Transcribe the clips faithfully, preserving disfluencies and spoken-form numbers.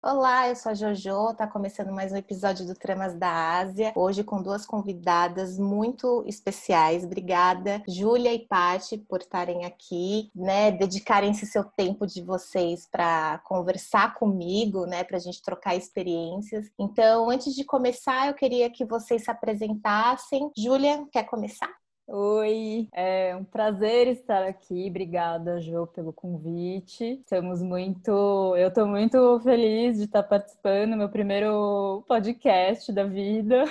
Olá, eu sou a Jojo, tá começando mais um episódio do Tramas da Ásia, hoje com duas convidadas muito especiais. Obrigada, Júlia e Paty, por estarem aqui, né, dedicarem esse seu tempo de vocês para conversar comigo, né, para a gente trocar experiências. Então, antes de começar, eu queria que vocês se apresentassem. Júlia, quer começar? Oi, é um prazer estar aqui. Obrigada, Jo, pelo convite. Estamos muito, eu estou muito feliz de estar participando do meu primeiro podcast da vida.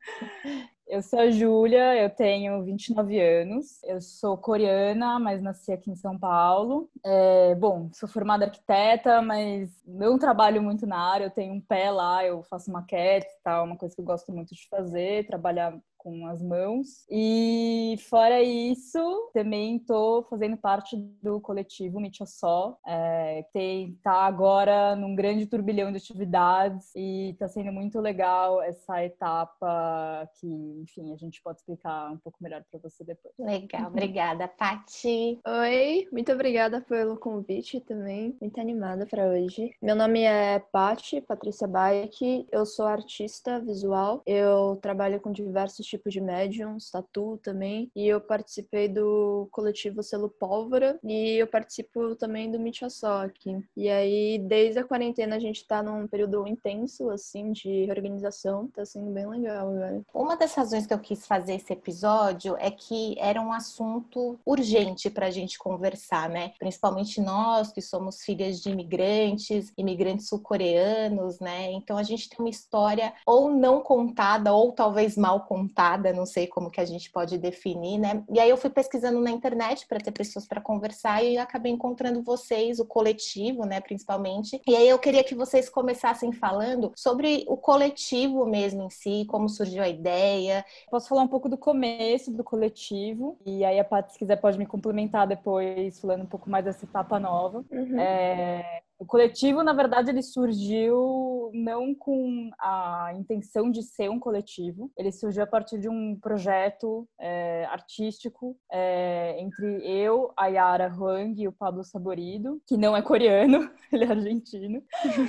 Eu sou a Júlia, eu tenho vinte e nove anos, eu sou coreana, mas nasci aqui em São Paulo. É, bom, sou formada arquiteta, mas não trabalho muito na área, eu tenho um pé lá, eu faço maquete e tal, uma coisa que eu gosto muito de fazer, trabalhar com as mãos. E fora isso, também estou fazendo parte do coletivo Mítia Só, é, que está agora num grande turbilhão de atividades e está sendo muito legal essa etapa que, enfim, a gente pode explicar um pouco melhor para você depois. Legal, obrigada, Paty. Oi, muito obrigada pelo convite também, muito animada para hoje. Meu nome é Paty, Patrícia Baek, eu sou artista visual, eu trabalho com diversos tipos de médiums, tatu também, e eu participei do coletivo Selo Pólvora e eu participo também do Mítia Só aqui. E aí, desde a quarentena, a gente tá num período intenso, assim, de reorganização, tá sendo bem legal agora. Uma das razões que eu quis fazer esse episódio é que era um assunto urgente para a gente conversar, né? Principalmente nós que somos filhas de imigrantes, imigrantes sul-coreanos, né? Então a gente tem uma história ou não contada ou talvez mal contada, não sei como que a gente pode definir, né? E aí eu fui pesquisando na internet para ter pessoas para conversar e acabei encontrando vocês, o coletivo, né, principalmente. E aí eu queria que vocês começassem falando sobre o coletivo mesmo em si, como surgiu a ideia. Posso falar um pouco do começo do coletivo e aí a Paty, se quiser, pode me complementar depois, falando um pouco mais dessa etapa nova. Uhum. É... O coletivo, na verdade, ele surgiu não com a intenção de ser um coletivo. Ele surgiu a partir de um projeto é, artístico é, entre eu, a Yara Huang e o Pablo Saborido, que não é coreano, ele é argentino.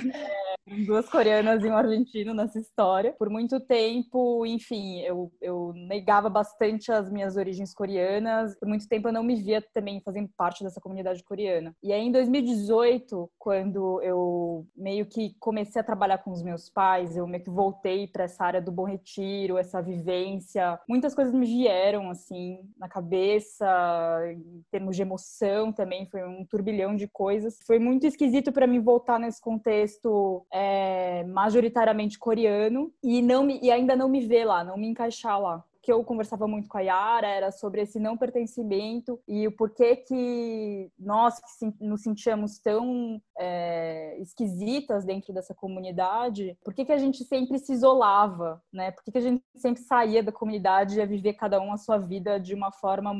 É, duas coreanas e um argentino nessa história. Por muito tempo, enfim, eu, eu negava bastante as minhas origens coreanas. Por muito tempo eu não me via também fazendo parte dessa comunidade coreana. E aí, em dois mil e dezoito, quando quando eu meio que comecei a trabalhar com os meus pais, eu meio que voltei para essa área do Bom Retiro, essa vivência. Muitas coisas me vieram, assim, na cabeça, em termos de emoção também, foi um turbilhão de coisas. Foi muito esquisito para mim voltar nesse contexto é, majoritariamente coreano e, não me, e ainda não me ver lá, não me encaixar lá. Que eu conversava muito com a Yara era sobre esse não pertencimento e o porquê que nós que nos sentíamos tão é, esquisitas dentro dessa comunidade, por que que a gente sempre se isolava, né? Por que que a gente sempre saía da comunidade e ia viver cada um a sua vida de uma forma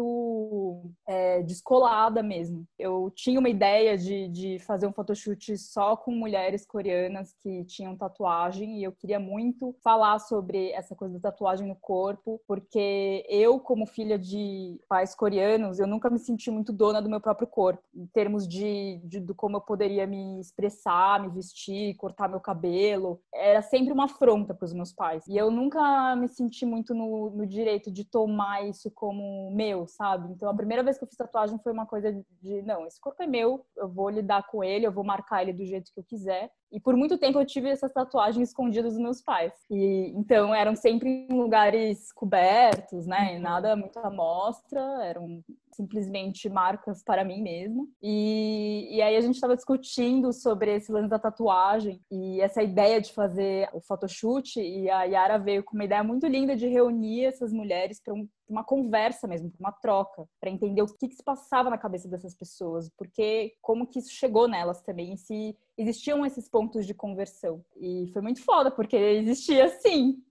muito é, descolada mesmo. Eu tinha uma ideia de, de fazer um photoshoot só com mulheres coreanas que tinham tatuagem e eu queria muito falar sobre essa coisa da tatuagem no corpo, porque eu, como filha de pais coreanos, eu nunca me senti muito dona do meu próprio corpo, em termos de, de, de como eu poderia me expressar, me vestir, cortar meu cabelo. Era sempre uma afronta para os meus pais. E eu nunca me senti muito no, no direito de tomar isso como meu, sabe? Então, a primeira vez que eu fiz tatuagem foi uma coisa de, não, esse corpo é meu, eu vou lidar com ele, eu vou marcar ele do jeito que eu quiser. E por muito tempo eu tive essas tatuagens escondidas dos meus pais. E então eram sempre em lugares cobertos, né? Uhum. Nada muito à mostra, eram simplesmente marcas para mim mesma. E, e aí a gente estava discutindo sobre esse lance da tatuagem e essa ideia de fazer o photoshoot, e a Yara veio com uma ideia muito linda de reunir essas mulheres para um, uma conversa mesmo, uma troca, para entender o que, que se passava na cabeça dessas pessoas, porque como que isso chegou nelas também, e se existiam esses pontos de conversão. E foi muito foda, porque existia sim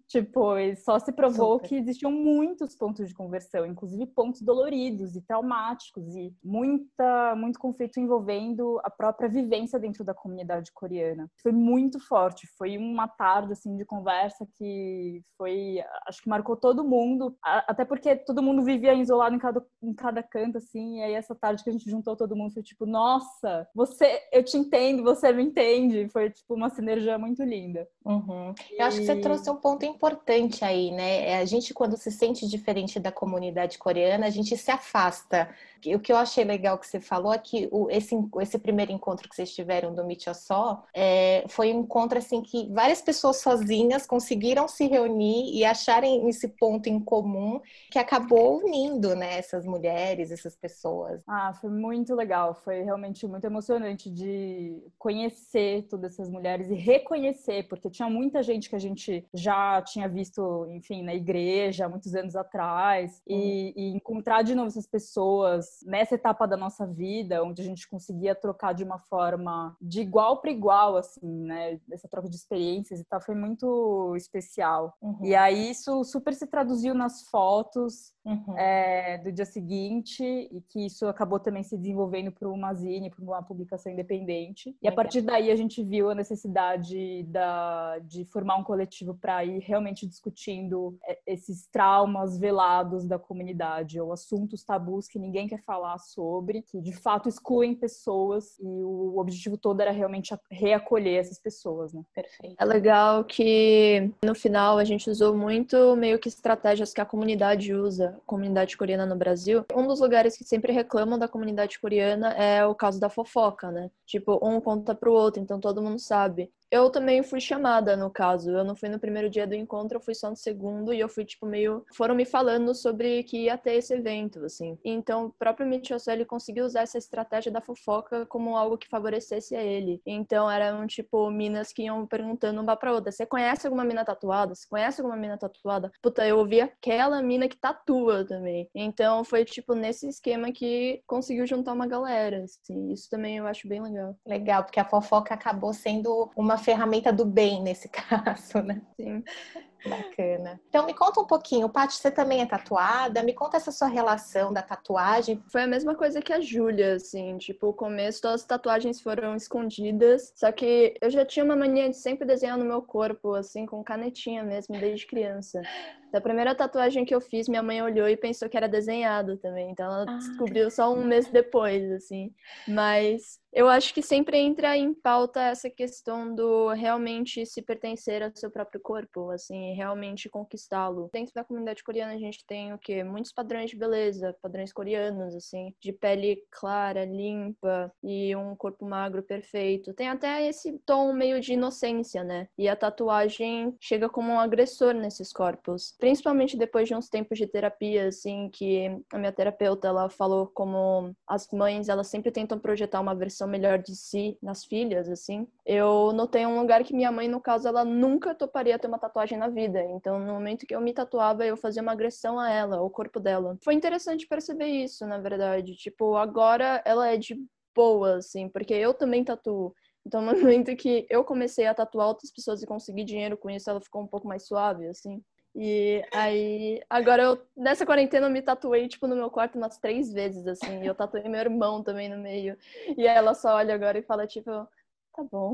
Tipo, e só se provou Super. que existiam muitos pontos de conversão, inclusive pontos doloridos e traumáticos, e muita, muito conflito envolvendo a própria vivência dentro da comunidade coreana. Foi muito forte, foi uma tarde assim, de conversa que foi, acho que marcou todo mundo, até porque todo mundo vivia isolado em cada, em cada canto, assim, e aí essa tarde que a gente juntou todo mundo foi tipo, nossa, você, eu te entendo, você me entende, foi tipo uma sinergia muito linda. Uhum. E... Eu acho que você trouxe um ponto importante aí, né? A gente, quando se sente diferente da comunidade coreana, a gente se afasta. O que eu achei legal que você falou é que o, esse, esse primeiro encontro que vocês tiveram do Meet Your Só é, foi um encontro assim que várias pessoas sozinhas conseguiram se reunir e acharem esse ponto em comum que acabou unindo, né, essas mulheres, essas pessoas. Ah, foi muito legal, foi realmente muito emocionante de conhecer todas essas mulheres e reconhecer, porque tinha muita gente que a gente já tinha visto, enfim, na igreja há muitos anos atrás, e, e encontrar de novo essas pessoas nessa etapa da nossa vida, onde a gente conseguia trocar de uma forma de igual para igual, assim, né, essa troca de experiências e tal, foi muito especial. Uhum. E aí isso super se traduziu nas fotos, Uhum. É, do dia seguinte, e que isso acabou também se desenvolvendo para uma zine, para uma publicação independente. E a partir daí a gente viu a necessidade da, de formar um coletivo para ir realmente discutindo esses traumas velados da comunidade, ou assuntos tabus que ninguém quer falar sobre, que de fato excluem pessoas, e o objetivo todo era realmente reacolher essas pessoas, né? Perfeito. É legal que no final a gente usou muito meio que estratégias que a comunidade usa, a comunidade coreana no Brasil. Um dos lugares que sempre reclamam da comunidade coreana é o caso da fofoca, né? Tipo, um conta pro outro, então todo mundo sabe. Eu também fui chamada, no caso. Eu não fui no primeiro dia do encontro, eu fui só no segundo. E eu fui, tipo, meio... Foram me falando sobre que ia ter esse evento, assim. Então, o próprio Meet Your Só, ele conseguiu usar essa estratégia da fofoca como algo que favorecesse a ele. Então, eram, tipo, minas que iam perguntando uma pra outra. Você conhece alguma mina tatuada? Você conhece alguma mina tatuada? Puta, eu ouvi aquela mina que tatua também. Então, foi, tipo, nesse esquema que conseguiu juntar uma galera, assim. Isso também eu acho bem legal. Legal, porque a fofoca acabou sendo uma ferramenta do bem nesse caso, né? Sim. Bacana. Então me conta um pouquinho, Paty, você também é tatuada? Me conta essa sua relação da tatuagem. Foi a mesma coisa que a Júlia, assim, tipo, o começo todas as tatuagens foram escondidas, só que eu já tinha uma mania de sempre desenhar no meu corpo, assim, com canetinha mesmo, desde criança. Da primeira tatuagem que eu fiz, minha mãe olhou e pensou que era desenhado também, então ela Ah. descobriu só um mês depois, assim. Mas eu acho que sempre entra em pauta essa questão do realmente se pertencer ao seu próprio corpo, assim, realmente conquistá-lo. Dentro da comunidade coreana a gente tem o quê? Muitos padrões de beleza, padrões coreanos, assim, de pele clara, limpa e um corpo magro perfeito. Tem até esse tom meio de inocência, né? E a tatuagem chega como um agressor nesses corpos. Principalmente depois de uns tempos de terapia, assim, que a minha terapeuta, ela falou como as mães, elas sempre tentam projetar uma versão melhor de si nas filhas, assim. Eu notei um lugar que minha mãe, no caso, ela nunca toparia ter uma tatuagem na vida. Então, no momento que eu me tatuava, eu fazia uma agressão a ela, ao corpo dela. Foi interessante perceber isso, na verdade. Tipo, agora ela é de boa, assim, porque eu também tatuo. Então, no momento que eu comecei a tatuar outras pessoas e conseguir dinheiro com isso, ela ficou um pouco mais suave, assim. E aí, agora eu, nessa quarentena eu me tatuei, tipo, no meu quarto umas três vezes, assim, e eu tatuei meu irmão também no meio, e aí ela só olha agora e fala, tipo, tá bom.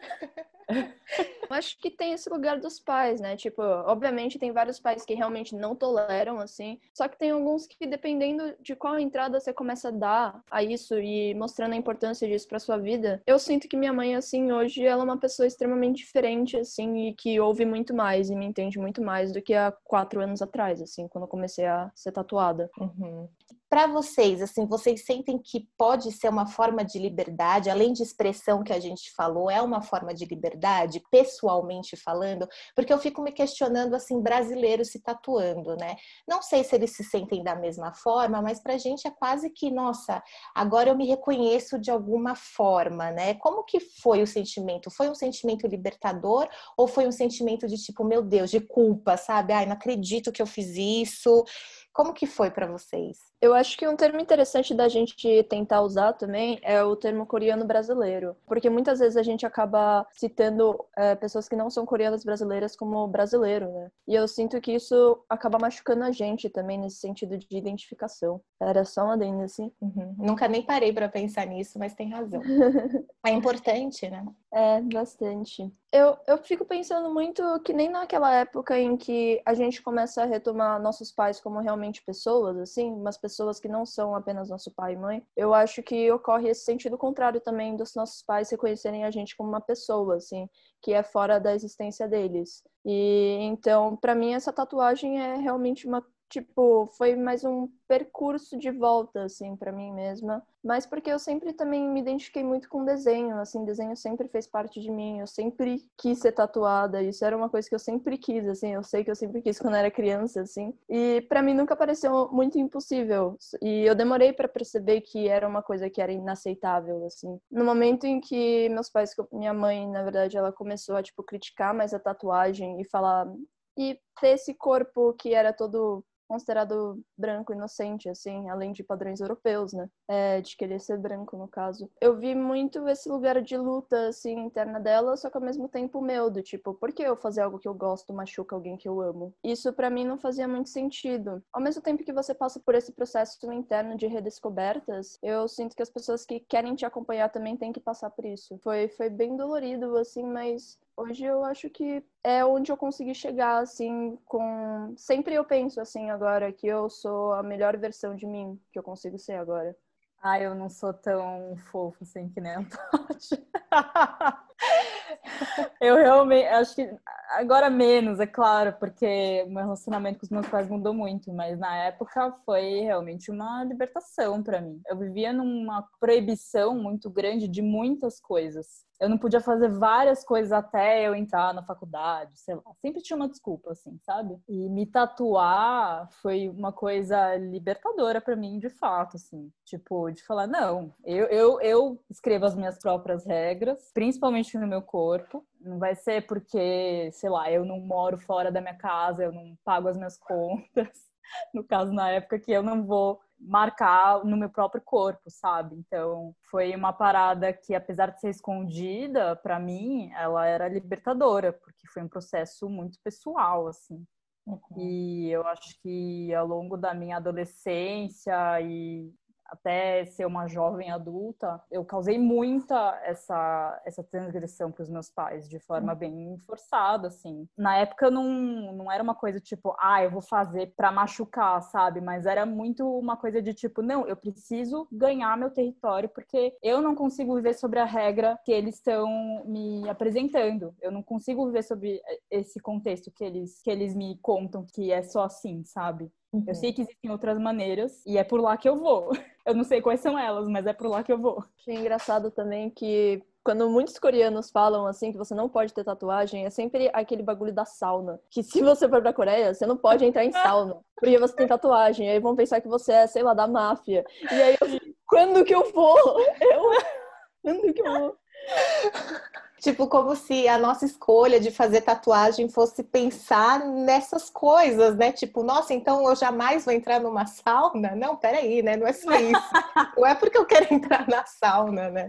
Eu acho que tem esse lugar dos pais, né, tipo, obviamente tem vários pais que realmente não toleram, assim, só que tem alguns que, dependendo de qual entrada você começa a dar a isso e mostrando a importância disso pra sua vida, eu sinto que minha mãe, assim, hoje ela é uma pessoa extremamente diferente, assim, e que ouve muito mais e me entende muito mais do que há quatro anos atrás, assim, quando eu comecei a ser tatuada. Uhum. Para vocês, assim, vocês sentem que pode ser uma forma de liberdade, além de expressão que a gente falou, é uma forma de liberdade, pessoalmente falando? Porque eu fico me questionando, assim, brasileiros se tatuando, né? Não sei se eles se sentem da mesma forma, mas pra gente é quase que, nossa, agora eu me reconheço de alguma forma, né? Como que foi o sentimento? Foi um sentimento libertador ou foi um sentimento de tipo, meu Deus, de culpa, sabe? Ai, não acredito que eu fiz isso. Como que foi para vocês? Eu acho que um termo interessante da gente tentar usar também é o termo coreano brasileiro, porque muitas vezes a gente acaba citando é, pessoas que não são coreanas brasileiras como brasileiro, né? E eu sinto que isso acaba machucando a gente também nesse sentido de identificação. Era só uma adendo, assim. Uhum. Nunca nem parei para pensar nisso, mas tem razão. É importante, né? É, bastante. Eu, eu fico pensando muito que nem naquela época em que a gente começa a retomar nossos pais como realmente pessoas, assim, umas pessoas que não são apenas nosso pai e mãe, eu acho que ocorre esse sentido contrário também dos nossos pais reconhecerem a gente como uma pessoa, assim, que é fora da existência deles. E então, pra mim, essa tatuagem é realmente uma tipo, foi mais um percurso de volta, assim, pra mim mesma. Mas porque eu sempre também me identifiquei muito com desenho, assim, desenho sempre fez parte de mim. Eu sempre quis ser tatuada, isso era uma coisa que eu sempre quis, assim. Eu sei que eu sempre quis quando eu era criança, assim. E pra mim nunca pareceu muito impossível. E eu demorei pra perceber que era uma coisa que era inaceitável, assim. No momento em que meus pais, minha mãe, na verdade, ela começou a, tipo, criticar mais a tatuagem e falar... E ter esse corpo que era todo considerado branco inocente, assim, além de padrões europeus, né? É, de querer ser branco, no caso. Eu vi muito esse lugar de luta, assim, interna dela, só que ao mesmo tempo meu, do tipo, por que eu fazer algo que eu gosto machuca alguém que eu amo? Isso pra mim não fazia muito sentido. Ao mesmo tempo que você passa por esse processo interno de redescobertas, eu sinto que as pessoas que querem te acompanhar também têm que passar por isso. Foi, foi bem dolorido, assim, mas... Hoje eu acho que é onde eu consegui chegar, assim, com... Sempre eu penso, assim, agora, que eu sou a melhor versão de mim que eu consigo ser agora. Ah, eu não sou tão fofo assim que nem a Tati. Eu realmente acho que agora menos, é claro, porque o meu relacionamento com os meus pais mudou muito, mas na época foi realmente uma libertação para mim. Eu vivia numa proibição muito grande de muitas coisas. Eu não podia fazer várias coisas até eu entrar na faculdade, sei lá. Sempre tinha uma desculpa, assim, sabe? E me tatuar foi uma coisa libertadora pra mim, de fato, assim. Tipo, de falar, não, eu, eu, eu escrevo as minhas próprias regras, principalmente no meu corpo. Não vai ser porque, sei lá, eu não moro fora da minha casa, eu não pago as minhas contas. No caso, na época que eu não vou marcar no meu próprio corpo, sabe? Então, foi uma parada que, apesar de ser escondida, para mim, ela era libertadora, porque foi um processo muito pessoal, assim. Uhum. E eu acho que ao longo da minha adolescência e até ser uma jovem adulta, eu causei muita essa, essa transgressão para os meus pais, de forma bem forçada, assim. Na época não, não era uma coisa tipo, ah, eu vou fazer para machucar, sabe? Mas era muito uma coisa de tipo, não, eu preciso ganhar meu território porque eu não consigo viver sobre a regra que eles estão me apresentando. Eu não consigo viver sobre esse contexto que eles, que eles me contam que é só assim, sabe? Uhum. Eu sei que existem outras maneiras e é por lá que eu vou. Eu não sei quais são elas, mas é por lá que eu vou. Achei engraçado também que quando muitos coreanos falam assim que você não pode ter tatuagem, é sempre aquele bagulho da sauna. Que se você for pra Coreia, você não pode entrar em sauna, porque você tem tatuagem. Aí vão pensar que você é, sei lá, da máfia. E aí eu fico, quando que eu vou? Eu... Quando que eu vou? Tipo, como se a nossa escolha de fazer tatuagem fosse pensar nessas coisas, né? Tipo, nossa, então eu jamais vou entrar numa sauna? Não, peraí, né? Não é só isso. Não é porque eu quero entrar na sauna, né?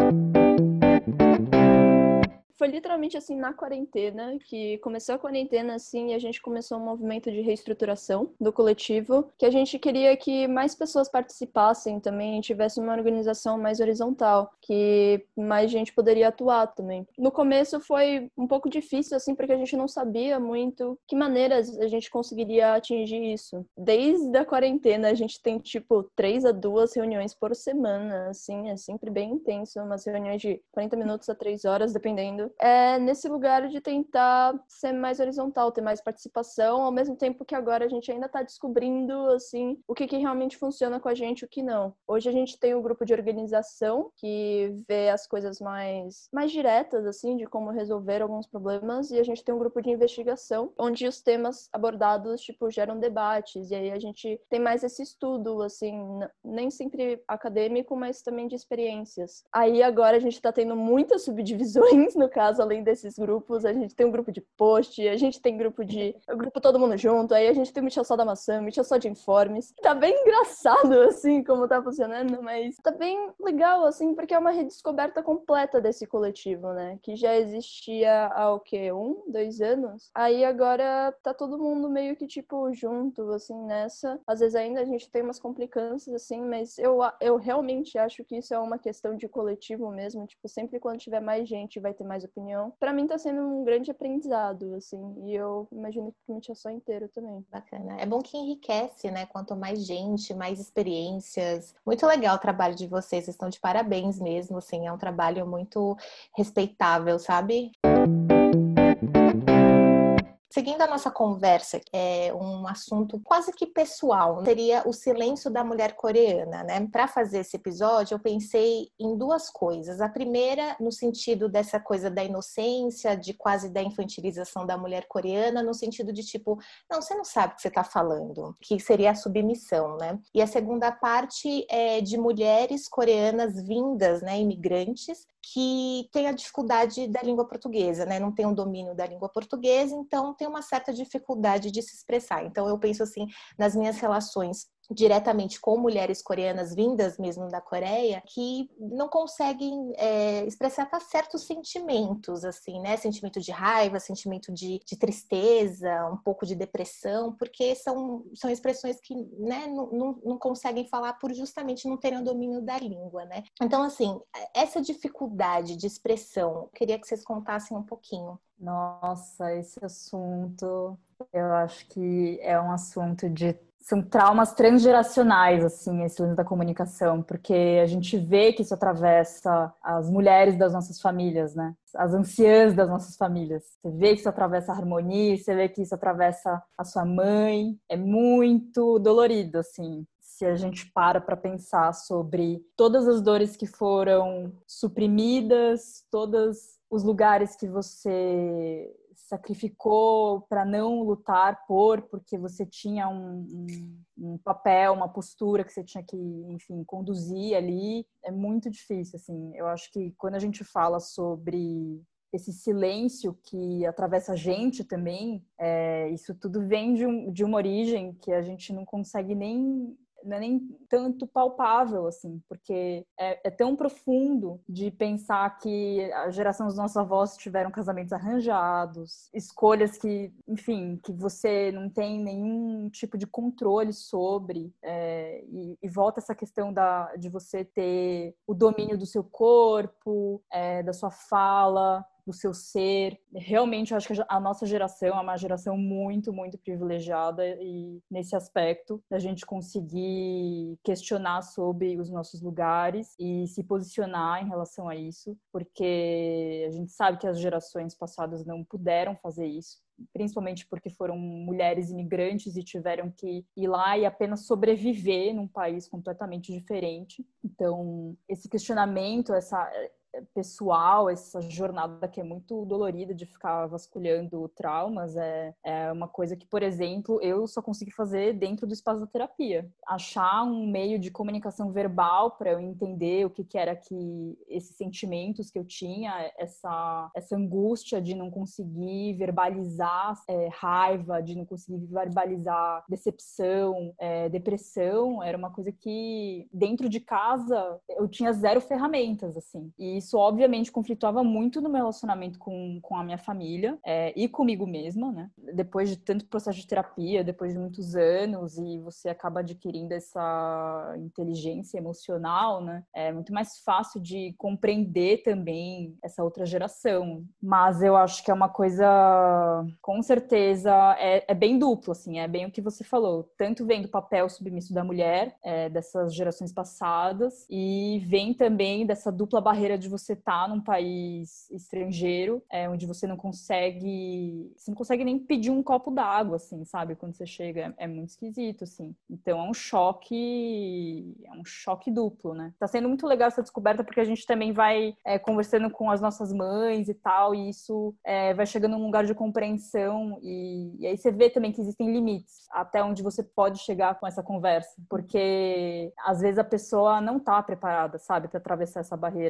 Foi literalmente assim na quarentena que começou a quarentena assim e a gente começou um movimento de reestruturação do coletivo, que a gente queria que mais pessoas participassem também, tivesse uma organização mais horizontal, que mais gente poderia atuar também. No começo foi um pouco difícil assim porque a gente não sabia muito que maneiras a gente conseguiria atingir isso. Desde a quarentena a gente tem tipo três a duas reuniões por semana, assim, é sempre bem intenso, umas reuniões de quarenta minutos a três horas, dependendo. É nesse lugar de tentar ser mais horizontal, ter mais participação, ao mesmo tempo que agora a gente ainda está descobrindo, assim, o que, que realmente funciona com a gente e o que não. Hoje a gente tem um grupo de organização que vê as coisas mais, mais diretas, assim, de como resolver alguns problemas, e a gente tem um grupo de investigação, onde os temas abordados, tipo, geram debates, e aí a gente tem mais esse estudo, assim, nem sempre acadêmico, mas também de experiências. Aí agora a gente está tendo muitas subdivisões, no casa, além desses grupos, a gente tem um grupo de post, a gente tem grupo de... O grupo todo mundo junto, aí a gente tem o Michel Só da Maçã, Michel Só de Informes. Tá bem engraçado, assim, como tá funcionando, mas tá bem legal, assim, porque é uma redescoberta completa desse coletivo, né? Que já existia há, o quê? Um, dois anos? Aí agora tá todo mundo meio que, tipo, junto, assim, nessa. Às vezes ainda a gente tem umas complicâncias, assim, mas eu, eu realmente acho que isso é uma questão de coletivo mesmo. Tipo, sempre quando tiver mais gente vai ter mais opinião. Pra mim tá sendo um grande aprendizado, assim, e eu imagino que o Mídia Só inteiro também. Bacana. É bom que enriquece, né? Quanto mais gente, mais experiências. Muito legal o trabalho de vocês. Vocês estão de parabéns mesmo, assim. É um trabalho muito respeitável, sabe? Seguindo a nossa conversa, é um assunto quase que pessoal, seria o silêncio da mulher coreana, né? Para fazer esse episódio, eu pensei em duas coisas. A primeira, no sentido dessa coisa da inocência, de quase da infantilização da mulher coreana, no sentido de tipo, não, você não sabe o que você está falando, que seria a submissão, né? E a segunda parte é de mulheres coreanas vindas, né, imigrantes, que têm a dificuldade da língua portuguesa, né? Não tem um domínio da língua portuguesa, então tem uma certa dificuldade de se expressar. Então eu penso assim, nas minhas relações diretamente com mulheres coreanas vindas mesmo da Coreia, que não conseguem é, expressar até certos sentimentos, assim, né? Sentimento de raiva, sentimento de, de tristeza, um pouco de depressão, porque são, são expressões que, né, não, não, não conseguem falar por justamente não terem o domínio da língua, né? Então, assim, essa dificuldade de expressão, eu queria que vocês contassem um pouquinho. Nossa, esse assunto, eu acho que é um assunto de... São traumas transgeracionais, assim, esse lance da comunicação, porque a gente vê que isso atravessa as mulheres das nossas famílias, né? As anciãs das nossas famílias. Você vê que isso atravessa a harmonia, você vê que isso atravessa a sua mãe. É muito dolorido, assim. Se a gente para para pensar sobre todas as dores que foram suprimidas, todos os lugares que você sacrificou para não lutar por, porque você tinha um, um, um papel, uma postura que você tinha que, enfim, conduzir ali, é muito difícil, assim. Eu acho que quando a gente fala sobre esse silêncio que atravessa a gente também, é, isso tudo vem de, um, de uma origem que a gente não consegue nem... não é nem tanto palpável, assim, porque é, é tão profundo de pensar que a geração dos nossos avós tiveram casamentos arranjados, escolhas que, enfim, que você não tem nenhum tipo de controle sobre, é, e, e volta essa questão da, de você ter o domínio do seu corpo, é, da sua fala, do seu ser. Realmente, eu acho que a nossa geração é uma geração muito, muito privilegiada e nesse aspecto, da gente conseguir questionar sobre os nossos lugares e se posicionar em relação a isso, porque a gente sabe que as gerações passadas não puderam fazer isso, principalmente porque foram mulheres imigrantes e tiveram que ir lá e apenas sobreviver num país completamente diferente. Então, esse questionamento, essa pessoal, essa jornada que é muito dolorida de ficar vasculhando traumas, é, é uma coisa que, por exemplo, eu só consegui fazer dentro do espaço da terapia. Achar um meio de comunicação verbal para eu entender o que, que era que esses sentimentos que eu tinha, essa, essa angústia de não conseguir verbalizar é, raiva, de não conseguir verbalizar decepção, é, depressão, era uma coisa que dentro de casa eu tinha zero ferramentas, assim. E isso, obviamente, conflituava muito no meu relacionamento com, com a minha família é, e comigo mesma, né? Depois de tanto processo de terapia, depois de muitos anos, e você acaba adquirindo essa inteligência emocional, né? É muito mais fácil de compreender também essa outra geração. Mas eu acho que é uma coisa, com certeza, é, é bem duplo, assim, é bem o que você falou. Tanto vem do papel submisso da mulher, é, dessas gerações passadas, e vem também dessa dupla barreira de você estar tá num país estrangeiro, é, onde você não consegue, você não consegue nem pedir um copo d'água, assim, sabe? Quando você chega, é, é muito esquisito, assim. Então é um choque, é um choque duplo, né? Tá sendo muito legal essa descoberta porque a gente também vai é, conversando com as nossas mães e tal, e isso é, vai chegando num lugar de compreensão e, e aí você vê também que existem limites até onde você pode chegar com essa conversa, porque às vezes a pessoa não tá preparada, sabe, para atravessar essa barreira. Às vezes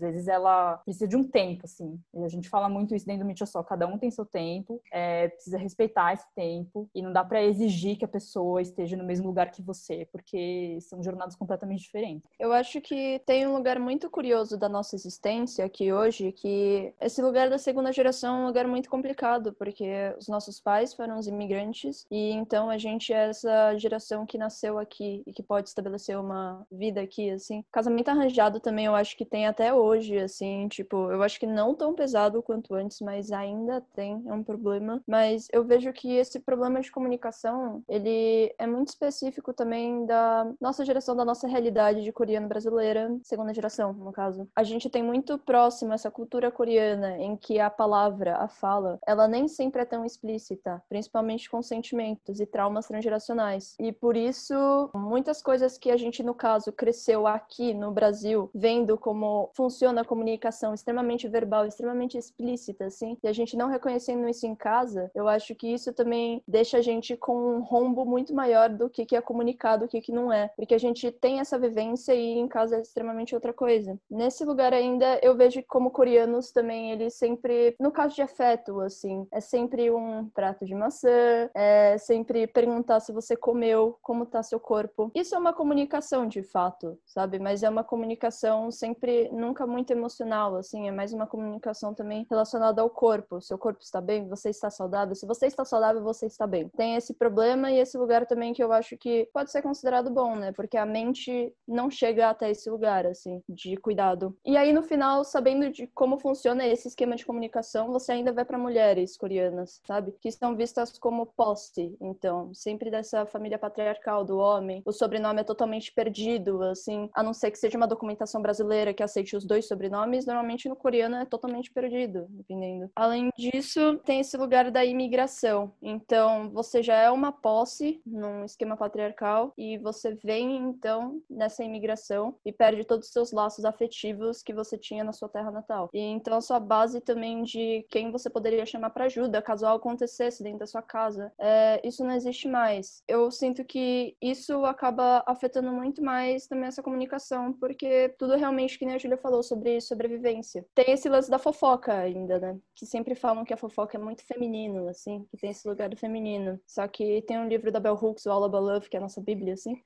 vezes ela precisa de um tempo, assim. E a gente fala muito isso dentro do Michosol, cada um tem seu tempo, é, precisa respeitar esse tempo, e não dá pra exigir que a pessoa esteja no mesmo lugar que você, porque são jornadas completamente diferentes. Eu acho que tem um lugar muito curioso da nossa existência aqui hoje, que esse lugar da segunda geração é um lugar muito complicado, porque os nossos pais foram os imigrantes, e então a gente é essa geração que nasceu aqui e que pode estabelecer uma vida aqui, assim. Casamento arranjado também eu acho que tem até hoje, assim, tipo, eu acho que não tão pesado quanto antes, mas ainda tem, é um problema. Mas eu vejo que esse problema de comunicação, ele é muito específico também da nossa geração, da nossa realidade de coreano brasileira, segunda geração, no caso. A gente tem muito próximo essa cultura coreana em que a palavra, a fala, ela nem sempre é tão explícita, principalmente com sentimentos e traumas transgeracionais. E por isso, muitas coisas que a gente, no caso, cresceu aqui no Brasil, vendo como funciona a comunicação extremamente verbal, extremamente explícita, assim, e a gente não reconhecendo isso em casa, eu acho que isso também deixa a gente com um rombo muito maior do que, que é comunicado, o que, que não é. Porque a gente tem essa vivência e em casa é extremamente outra coisa. Nesse lugar ainda, eu vejo que como coreanos também, eles sempre, no caso de afeto, assim, é sempre um prato de maçã, é sempre perguntar se você comeu, como tá seu corpo. Isso é uma comunicação, de fato, sabe? Mas é uma comunicação sempre, nunca muito emocional, assim, é mais uma comunicação também relacionada ao corpo. Seu corpo está bem? Você está saudável? Se você está saudável, você está bem. Tem esse problema e esse lugar também que eu acho que pode ser considerado bom, né? Porque a mente não chega até esse lugar, assim, de cuidado. E aí, no final, sabendo de como funciona esse esquema de comunicação, você ainda vai para mulheres coreanas, sabe? Que são vistas como posse, então, sempre dessa família patriarcal do homem. O sobrenome é totalmente perdido, assim, a não ser que seja uma documentação brasileira que aceite os dois sobrenomes, normalmente no coreano é totalmente perdido, dependendo. Além disso, tem esse lugar da imigração. Então, você já é uma posse num esquema patriarcal e você vem, então, nessa imigração e perde todos os seus laços afetivos que você tinha na sua terra natal. E então, a sua base também de quem você poderia chamar para ajuda, caso algo acontecesse dentro da sua casa, é, isso não existe mais. Eu sinto que isso acaba afetando muito mais também essa comunicação, porque tudo realmente, que nem a Júlia falou, sobre sobrevivência. Tem esse lance da fofoca ainda, né? Que sempre falam que a fofoca é muito feminino, assim, que tem esse lugar do feminino. Só que tem um livro da Bell Hooks, o All About Love, que é a nossa bíblia, assim,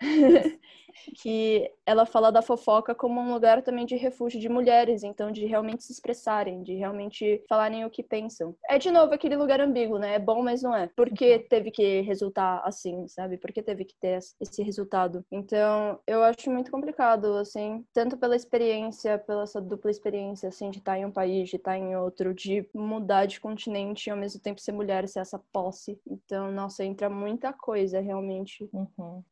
que ela fala da fofoca como um lugar também de refúgio de mulheres, então de realmente se expressarem, de realmente falarem o que pensam. É, de novo, aquele lugar ambíguo, né? É bom, mas não é. Por que teve que resultar assim, sabe? Por que teve que ter esse resultado? Então, eu acho muito complicado, assim, tanto pela experiência, pela essa dupla experiência, assim, de estar em um país, de estar em outro, de mudar de continente e ao mesmo tempo ser mulher, ser essa posse. Então, nossa, entra muita coisa, realmente. Uhum.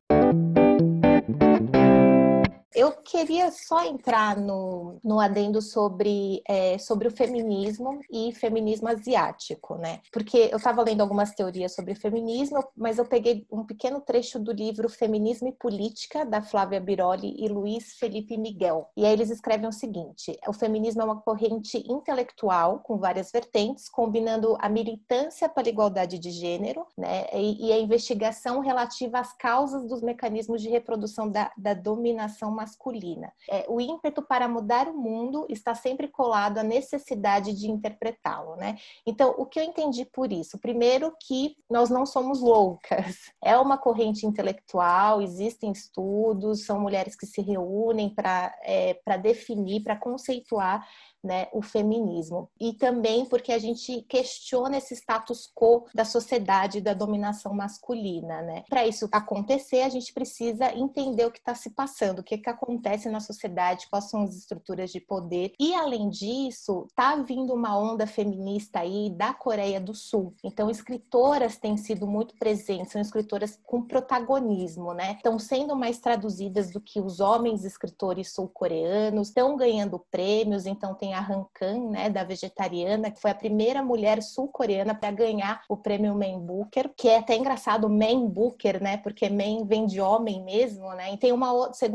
Eu queria só entrar no, no adendo sobre, é, sobre o feminismo e feminismo asiático, né? Porque eu estava lendo algumas teorias sobre feminismo, mas eu peguei um pequeno trecho do livro Feminismo e Política, da Flávia Biroli e Luiz Felipe Miguel. E aí eles escrevem o seguinte: o feminismo é uma corrente intelectual com várias vertentes, combinando a militância pela igualdade de gênero, né? E, e a investigação relativa às causas dos mecanismos de reprodução da, da dominação masculina. É, o ímpeto para mudar o mundo está sempre colado à necessidade de interpretá-lo, né? Então, o que eu entendi por isso? Primeiro, que nós não somos loucas. É uma corrente intelectual, existem estudos, são mulheres que se reúnem para é, para definir, para conceituar, né, o feminismo. E também porque a gente questiona esse status quo da sociedade da dominação masculina, né? Para isso acontecer, a gente precisa entender o que está se passando, o que, que acontece na sociedade, quais são as estruturas de poder. E, além disso, está vindo uma onda feminista aí da Coreia do Sul. Então, escritoras têm sido muito presentes, são escritoras com protagonismo, né? Estão sendo mais traduzidas do que os homens escritores sul-coreanos, estão ganhando prêmios, então tem a Han Kang, né, da Vegetariana, que foi a primeira mulher sul-coreana para ganhar o prêmio Man Booker, que é até engraçado, Man Booker, né, porque Man vem de homem mesmo, né, e tem uma segunda escritora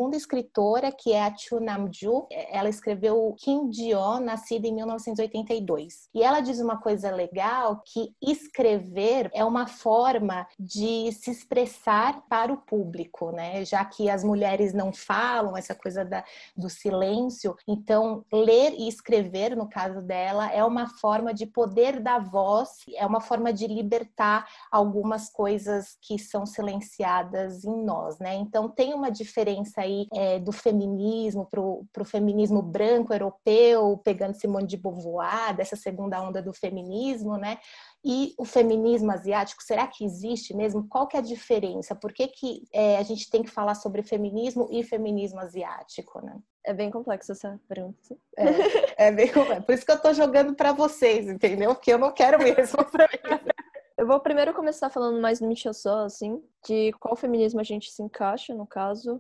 escritora, que é a Chu Nam-ju. Ela escreveu Kim Ji-yeon, nascida em mil novecentos e oitenta e dois. E ela diz uma coisa legal, que escrever é uma forma de se expressar para o público, né? Já que as mulheres não falam, essa coisa da, do silêncio, então ler e escrever, no caso dela, é uma forma de poder dar voz, é uma forma de libertar algumas coisas que são silenciadas em nós, né? Então tem uma diferença aí é, do feminismo para o feminismo branco europeu, pegando Simone de Beauvoir, dessa segunda onda do feminismo, né? E o feminismo asiático, será que existe mesmo? Qual que é a diferença? Por que, que é, a gente tem que falar sobre feminismo e feminismo asiático, né? É bem complexo essa pergunta. É, é bem complexo. Por isso que eu tô jogando para vocês, entendeu? Porque eu não quero me responsabilizar. Eu vou primeiro começar falando mais do Michel Só, assim, de qual feminismo a gente se encaixa, no caso,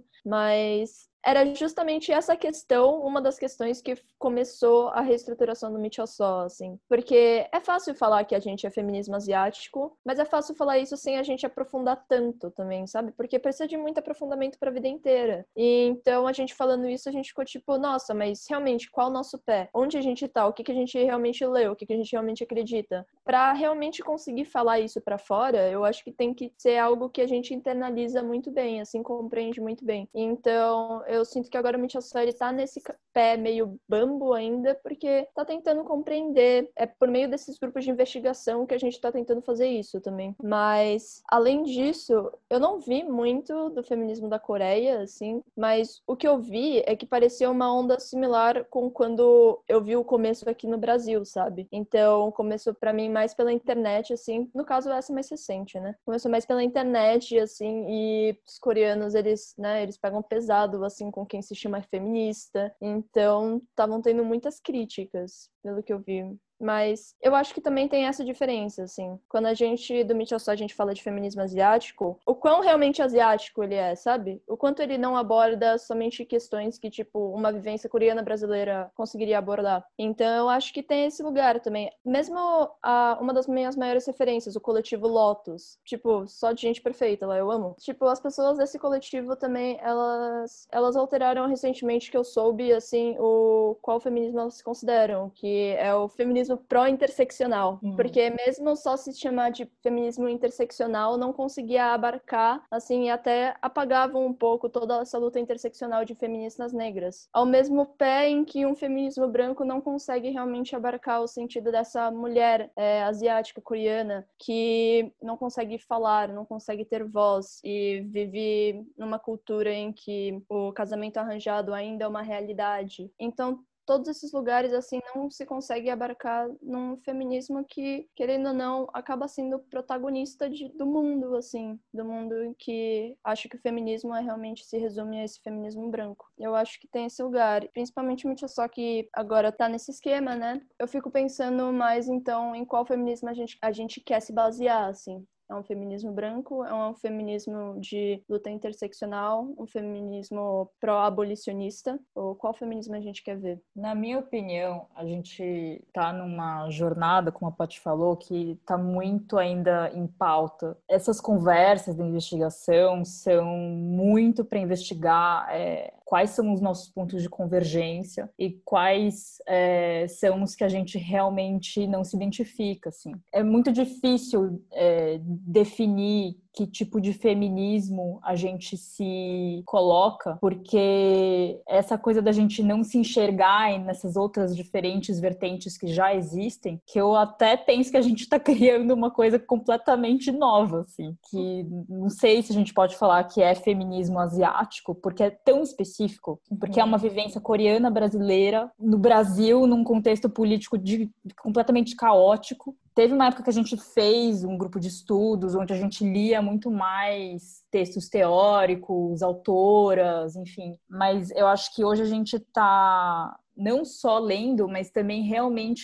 mas era justamente essa questão, uma das questões que começou a reestruturação do Michel Só, assim, porque é fácil falar que a gente é feminismo asiático, mas é fácil falar isso sem a gente aprofundar tanto também, sabe? Porque precisa de muito aprofundamento para a vida inteira. E então, a gente falando isso, a gente ficou tipo, nossa, mas realmente, qual o nosso pé? Onde a gente tá? O que, que a gente realmente leu? O que, que a gente realmente acredita? Para realmente conseguir falar isso para fora, eu acho que tem que ser algo que a gente internaliza muito bem, assim, compreende muito bem. Então, eu sinto que agora o Michel Só, ele tá nesse pé meio bambo ainda, porque tá tentando compreender. É por meio desses grupos de investigação que a gente tá tentando fazer isso também. Mas, além disso, eu não vi muito do feminismo da Coreia, assim, mas o que eu vi é que parecia uma onda similar com quando eu vi o começo aqui no Brasil, sabe? Então, começou pra mim mais pela internet, assim, no caso essa mais recente, né? Começou mais pela internet, assim, e os coreanos, eles, né, eles pegam pesado, assim, com quem se chama feminista. Então, estavam tendo muitas críticas, pelo que eu vi. Mas eu acho que também tem essa diferença, assim. Quando a gente, do Michel Só, a gente fala de feminismo asiático, o quão realmente asiático ele é, sabe? O quanto ele não aborda somente questões que, tipo, uma vivência coreana brasileira conseguiria abordar. Então, eu acho que tem esse lugar também. Mesmo a, uma das minhas maiores referências, o coletivo Lotus. Tipo, só de gente perfeita lá, eu amo. Tipo, as pessoas desse coletivo também, elas, elas alteraram recentemente que eu soube, assim, o qual feminismo elas se consideram, que é o feminismo pró-interseccional, uhum. Porque mesmo só se chamar de feminismo interseccional não conseguia abarcar, assim, e até apagavam um pouco toda essa luta interseccional de feministas negras. Ao mesmo pé em que um feminismo branco não consegue realmente abarcar o sentido dessa mulher é, asiática, coreana, que não consegue falar, não consegue ter voz e vive numa cultura em que o casamento arranjado ainda é uma realidade. Então, todos esses lugares, assim, não se consegue abarcar num feminismo que, querendo ou não, acaba sendo protagonista de, do mundo, assim, do mundo em que acho que o feminismo é, realmente se resume a esse feminismo branco. Eu acho que tem esse lugar, principalmente o Michel Só, que agora tá nesse esquema, né? Eu fico pensando mais, então, em qual feminismo a gente, a gente quer se basear, assim. É um feminismo branco, é um feminismo de luta interseccional, um feminismo pró-abolicionista, ou qual feminismo a gente quer ver? Na minha opinião, a gente tá numa jornada, como a Paty falou, que tá muito ainda em pauta. Essas conversas da investigação são muito para investigar é, quais são os nossos pontos de convergência e quais é, são os que a gente realmente não se identifica, assim. É muito difícil é, definir que tipo de feminismo a gente se coloca, porque essa coisa da gente não se enxergar nessas outras diferentes vertentes que já existem, que eu até penso que a gente está criando uma coisa completamente nova, assim, que não sei se a gente pode falar que é feminismo asiático, porque é tão específico, porque é uma vivência coreana brasileira no Brasil, num contexto político de, completamente caótico. Teve uma época que a gente fez um grupo de estudos onde a gente lia muito mais textos teóricos, autoras, enfim. Mas eu acho que hoje a gente está não só lendo, mas também realmente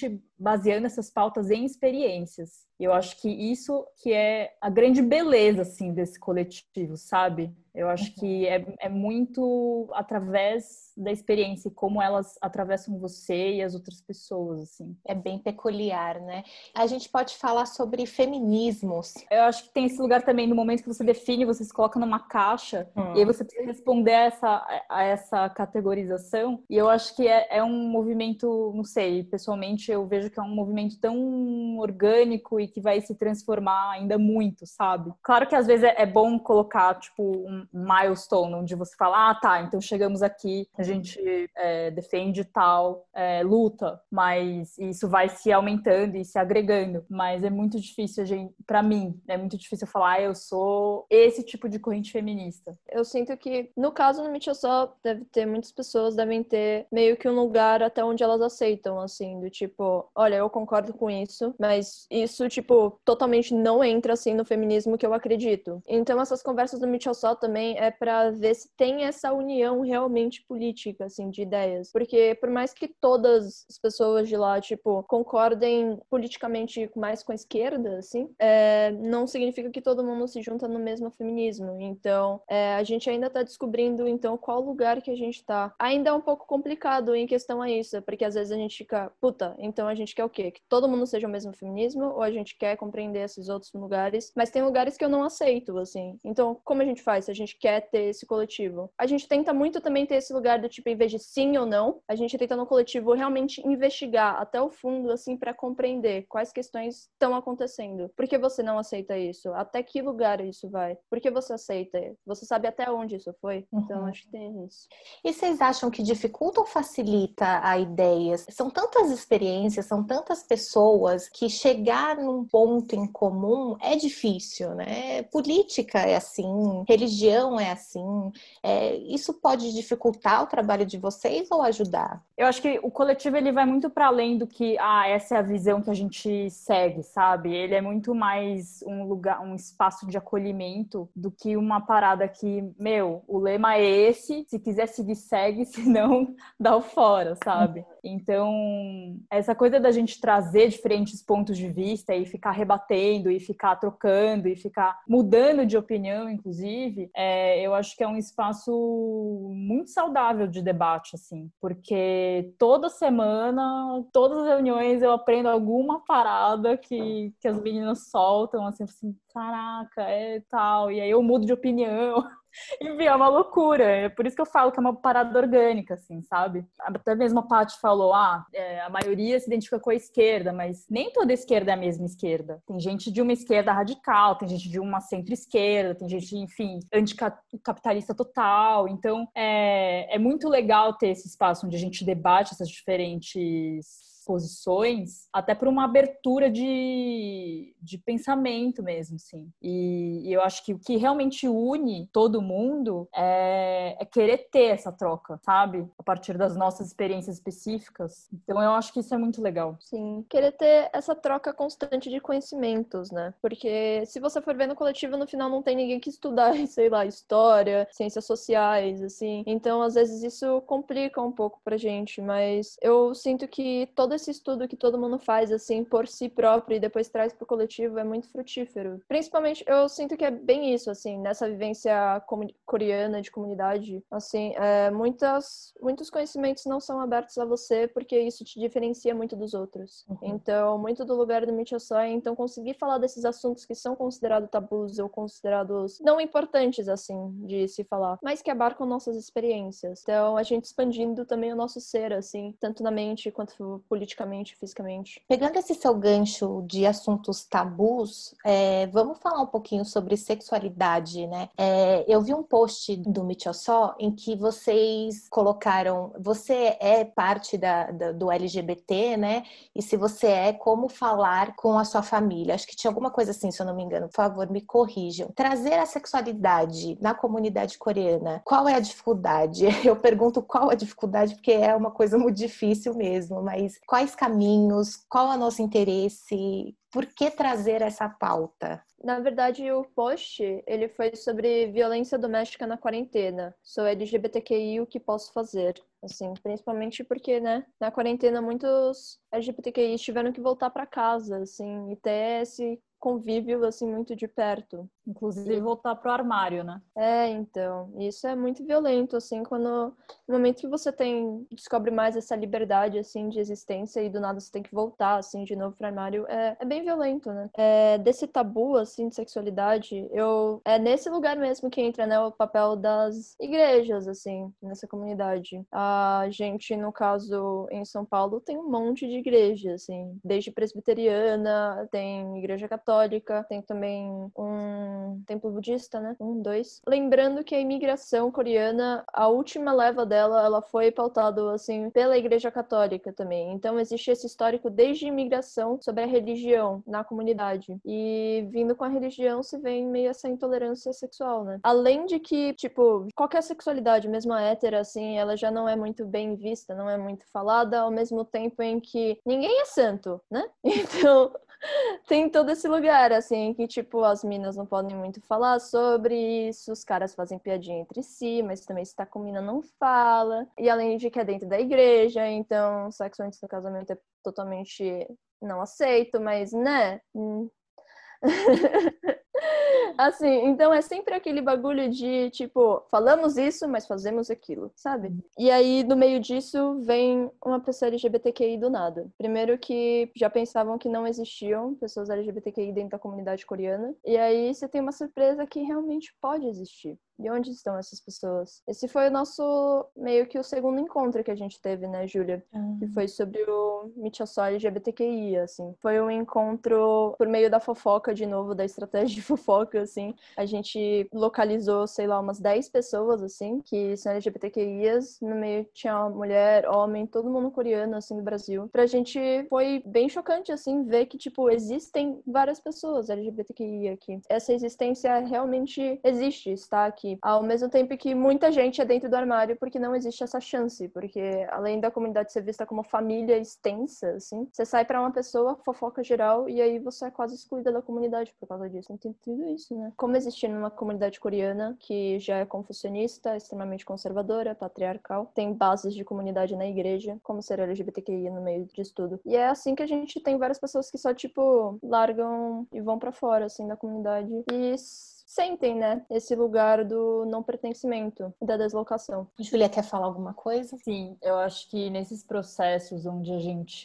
baseando essas pautas em experiências. E eu acho que isso que é a grande beleza, assim, desse coletivo, sabe? Eu acho que é, é muito através da experiência e como elas atravessam você e as outras pessoas, assim. É bem peculiar, né? A gente pode falar sobre feminismos. Eu acho que tem esse lugar também, no momento que você define, você se coloca numa caixa, hum. e aí você precisa responder a essa, a essa categorização. E eu acho que é, é um movimento, não sei, pessoalmente eu vejo que é um movimento tão orgânico e que vai se transformar ainda muito, sabe? Claro que às vezes é, é bom colocar, tipo, um milestone, onde você fala, ah, tá, então chegamos aqui, a gente é, defende tal é, luta, mas isso vai se aumentando e se agregando, mas é muito difícil, a gente, pra mim, é muito difícil falar, ah, eu sou esse tipo de corrente feminista. Eu sinto que, no caso, no Michosó, deve ter muitas pessoas, devem ter meio que um lugar até onde elas aceitam, assim, do tipo, olha, eu concordo com isso, mas isso, tipo, totalmente não entra, assim, no feminismo que eu acredito. Então, essas conversas do Michosó também é pra ver se tem essa união realmente política, assim, de ideias. Porque, por mais que todas as pessoas de lá, tipo, concordem politicamente mais com a esquerda, assim, é, não significa que todo mundo se junta no mesmo feminismo. Então, é, a gente ainda tá descobrindo, então, qual lugar que a gente tá. Ainda é um pouco complicado em questão a isso, porque às vezes a gente fica, puta, então a gente quer o quê? Que todo mundo seja o mesmo feminismo, ou a gente quer compreender esses outros lugares? Mas tem lugares que eu não aceito, assim. Então, como a gente faz se a gente quer ter esse coletivo? A gente tenta muito também ter esse lugar do tipo, em vez de sim ou não, a gente tenta no coletivo realmente investigar até o fundo, assim, pra compreender quais questões estão acontecendo. Por que você não aceita isso? Até que lugar isso vai? Por que você aceita? Você sabe até onde isso foi? Uhum. Então, acho que tem isso. E vocês acham que dificulta ou facilita a ideia? São tantas experiências, são tantas pessoas que chegar num ponto em comum é difícil, né? Política é assim, religião é assim. É, isso pode dificultar o trabalho de vocês ou ajudar? Eu acho que o coletivo ele vai muito para além do que, ah, essa é a visão que a gente segue, sabe? Ele é muito mais um lugar, um espaço de acolhimento do que uma parada que, meu, o lema é esse, se quiser seguir, segue, se não, dá o fora, sabe? Então, essa coisa da gente trazer diferentes pontos de vista e ficar rebatendo, e ficar trocando, e ficar mudando de opinião, inclusive, é, eu acho que é um espaço muito saudável de debate, assim, porque toda semana, todas as reuniões eu aprendo alguma parada que, que as meninas soltam, assim, assim, caraca, é tal, e aí eu mudo de opinião. Enfim, é uma loucura. É por isso que eu falo que é uma parada orgânica, assim, sabe? Até mesmo a Paty falou, ah, é, a maioria se identifica com a esquerda, mas nem toda esquerda é a mesma esquerda. Tem gente de uma esquerda radical, tem gente de uma centro-esquerda, tem gente, enfim, anticapitalista total. Então, é, é muito legal ter esse espaço onde a gente debate essas diferentes posições, até por uma abertura de, de pensamento mesmo, assim. E, e eu acho que o que realmente une todo mundo é, é querer ter essa troca, sabe? A partir das nossas experiências específicas. Então eu acho que isso é muito legal. Sim, querer ter essa troca constante de conhecimentos, né? Porque se você for ver no coletivo, no final não tem ninguém que estudar, sei lá, história, ciências sociais, assim. Então, às vezes, isso complica um pouco pra gente, mas eu sinto que todo esse estudo que todo mundo faz, assim, por si próprio e depois traz pro coletivo é muito frutífero. Principalmente, eu sinto que é bem isso, assim, nessa vivência coreana de comunidade, assim, é, muitas, muitos conhecimentos não são abertos a você porque isso te diferencia muito dos outros. Uhum. Então, muito do lugar do Michosó é, então, conseguir falar desses assuntos que são considerados tabus ou considerados não importantes, assim, de se falar, mas que abarcam nossas experiências. Então, a gente expandindo também o nosso ser, assim, tanto na mente quanto politicamente, fisicamente. Pegando esse seu gancho de assuntos tabus, é, vamos falar um pouquinho sobre sexualidade, né? É, eu vi um post do Michosó em que vocês colocaram, você é parte da, da, do L G B T, né? E se você é, como falar com a sua família? Acho que tinha alguma coisa assim, se eu não me engano. Por favor, me corrijam. Trazer a sexualidade na comunidade coreana, qual é a dificuldade? Eu pergunto qual a dificuldade, porque é uma coisa muito difícil mesmo, mas quais caminhos, qual é o nosso interesse, por que trazer essa pauta? Na verdade, o post, ele foi sobre violência doméstica na quarentena. Sou L G B T Q I, o que posso fazer? assim, principalmente porque, né, na quarentena muitos L G B T Q I tiveram que voltar para casa, assim, e ter esse convívio, assim, muito de perto. Inclusive E, voltar pro armário, né? é, então, isso é muito violento, assim, quando no momento que você tem, descobre mais essa liberdade, assim, de existência e do nada você tem que voltar, assim, de novo pro armário, é, é bem violento, né? É, desse tabu, assim, de sexualidade, eu, é nesse lugar mesmo que entra, né, o papel das igrejas, assim, nessa comunidade. A gente, no caso, em São Paulo, tem um monte de igreja, assim, desde presbiteriana, tem igreja católica, tem também um templo budista, né? Um, dois. Lembrando que a imigração coreana, a última leva dela, ela foi pautada, assim, pela Igreja Católica também. Então, existe esse histórico desde a imigração sobre a religião na comunidade. E vindo com a religião se vem meio essa intolerância sexual, né? Além de que, tipo, qualquer sexualidade, mesmo a hétera, assim, ela já não é muito bem vista, não é muito falada, ao mesmo tempo em que ninguém é santo, né? Então, tem todo esse lugar, assim, que, tipo, as minas não podem muito falar sobre isso, os caras fazem piadinha entre si, mas também se tá com mina não fala. E além de que é dentro da igreja, então sexo antes do casamento é totalmente não aceito, mas, né? Hum. Assim, então é sempre aquele bagulho de, tipo, falamos isso, mas fazemos aquilo, sabe? Uhum. E aí, no meio disso, vem uma pessoa L G B T Q I do nada. Primeiro que já pensavam que não existiam pessoas L G B T Q I dentro da comunidade coreana. E aí você tem uma surpresa que realmente pode existir. E onde estão essas pessoas? Esse foi o nosso, meio que o segundo encontro que a gente teve, né, Júlia? Uhum. Que foi sobre o Mítia Só L G B T Q I, assim. Foi um encontro por meio da fofoca, de novo, da estratégia de fofoca, assim. A gente localizou, sei lá, umas dez pessoas, assim, que são L G B T Q Is. No meio tinha mulher, homem, todo mundo coreano, assim, do Brasil. Pra gente foi bem chocante, assim, ver que, tipo, existem várias pessoas L G B T Q I aqui. Essa existência realmente existe, está aqui. Ao mesmo tempo que muita gente é dentro do armário porque não existe essa chance, porque além da comunidade ser vista como família extensa, assim, você sai pra uma pessoa, fofoca geral, e aí você é quase excluída da comunidade por causa disso. Não tem tudo isso, né? Como existir numa comunidade coreana que já é confucionista, extremamente conservadora, patriarcal, tem bases de comunidade na igreja, como ser L G B T Q I no meio disso tudo. E é assim que a gente tem várias pessoas que só, tipo, largam e vão pra fora, assim, da comunidade. E sentem, né, esse lugar do não pertencimento e da deslocação. Júlia, quer falar alguma coisa? Sim, eu acho que nesses processos onde a gente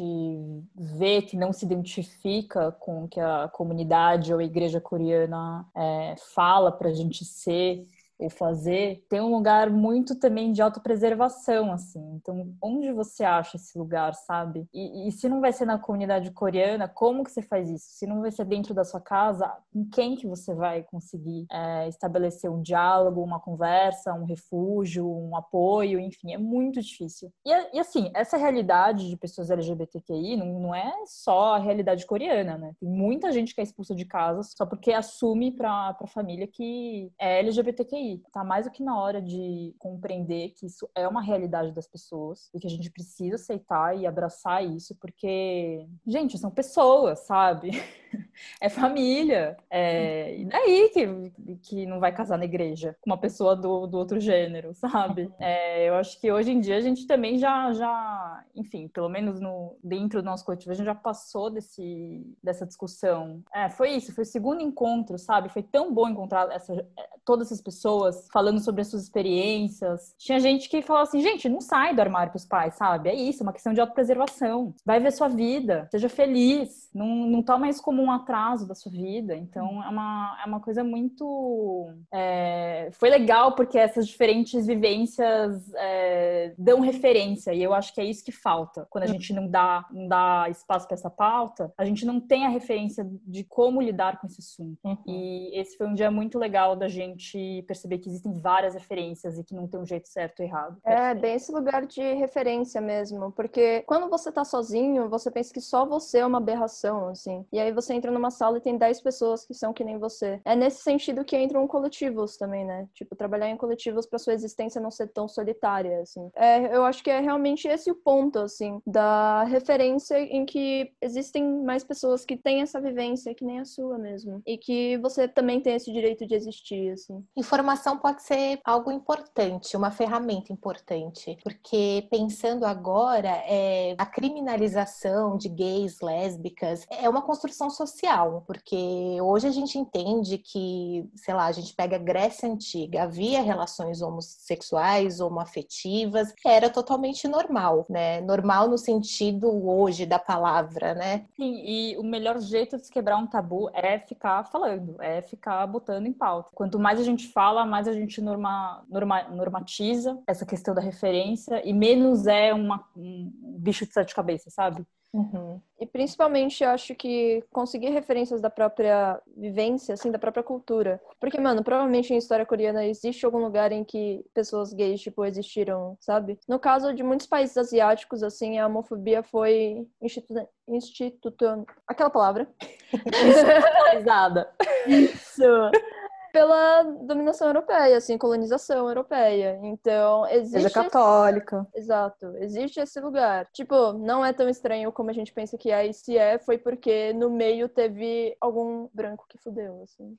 vê que não se identifica com o que a comunidade ou a igreja coreana é, fala pra gente ser ou fazer, tem um lugar muito também de autopreservação, assim. Então, onde você acha esse lugar, sabe? E, e se não vai ser na comunidade coreana, como que você faz isso? Se não vai ser dentro da sua casa, com quem que você vai conseguir é, estabelecer um diálogo, uma conversa, um refúgio, um apoio, enfim, é muito difícil. E, e assim, essa realidade de pessoas L G B T Q I não, não é só a realidade coreana, né? Tem muita gente que é expulsa de casa só porque assume pra, pra família que é L G B T Q I. Tá mais do que na hora de compreender que isso é uma realidade das pessoas e que a gente precisa aceitar e abraçar isso, porque, gente, são pessoas, sabe? É família. É... E daí que, que não vai casar na igreja com uma pessoa do, do outro gênero, sabe? É, eu acho que hoje em dia a gente também já, já enfim, pelo menos no, dentro do nosso coletivo, a gente já passou desse, dessa discussão. É, foi isso, foi o segundo encontro, sabe? Foi tão bom encontrar essa, todas essas pessoas falando sobre as suas experiências. Tinha gente que falava assim, gente, não sai do armário pros pais, sabe? É isso, é uma questão de autopreservação. Vai ver sua vida, seja feliz, não, não toma isso como um atraso da sua vida. Então, é uma, é uma coisa muito... É, foi legal porque essas diferentes vivências é, dão referência, e eu acho que é isso que falta. Quando a gente não dá, não dá espaço para essa pauta, a gente não tem a referência de como lidar com esse assunto. Uhum. E esse foi um dia muito legal da gente perceber que existem várias referências e que não tem um jeito certo ou errado. É, bem esse lugar de referência mesmo, porque quando você tá sozinho, você pensa que só você é uma aberração, assim. E aí você entra numa sala e tem dez pessoas que são que nem você. É nesse sentido que entram coletivos também, né? Tipo, trabalhar em coletivos pra sua existência não ser tão solitária, assim. É, eu acho que é realmente esse o ponto, assim, da referência em que existem mais pessoas que têm essa vivência que nem a sua mesmo. E que você também tem esse direito de existir, assim. Informação informação pode ser algo importante, uma ferramenta importante, porque pensando agora, é, a criminalização de gays, lésbicas, é uma construção social, porque hoje a gente entende que, sei lá, a gente pega a Grécia Antiga, havia relações homossexuais, homoafetivas, era totalmente normal, né? Normal no sentido hoje da palavra, né? Sim, e o melhor jeito de se quebrar um tabu é ficar falando, é ficar botando em pauta. Quanto mais a gente fala, mais a gente norma, norma, normatiza essa questão da referência e menos é uma, um bicho de sete cabeças, sabe? Uhum. E principalmente eu acho que conseguir referências da própria vivência, assim, da própria cultura. Porque, mano, provavelmente em história coreana existe algum lugar em que pessoas gays, tipo, existiram, sabe? No caso de muitos países asiáticos, assim, a homofobia foi institu... instituto... Aquela palavra? Institucionalizada. Isso! Pela dominação europeia, assim, colonização europeia. Então, existe... Seja católica. Esse... Exato. Existe esse lugar. Tipo, não é tão estranho como a gente pensa que é, e se é, foi porque no meio teve algum branco que fudeu, assim.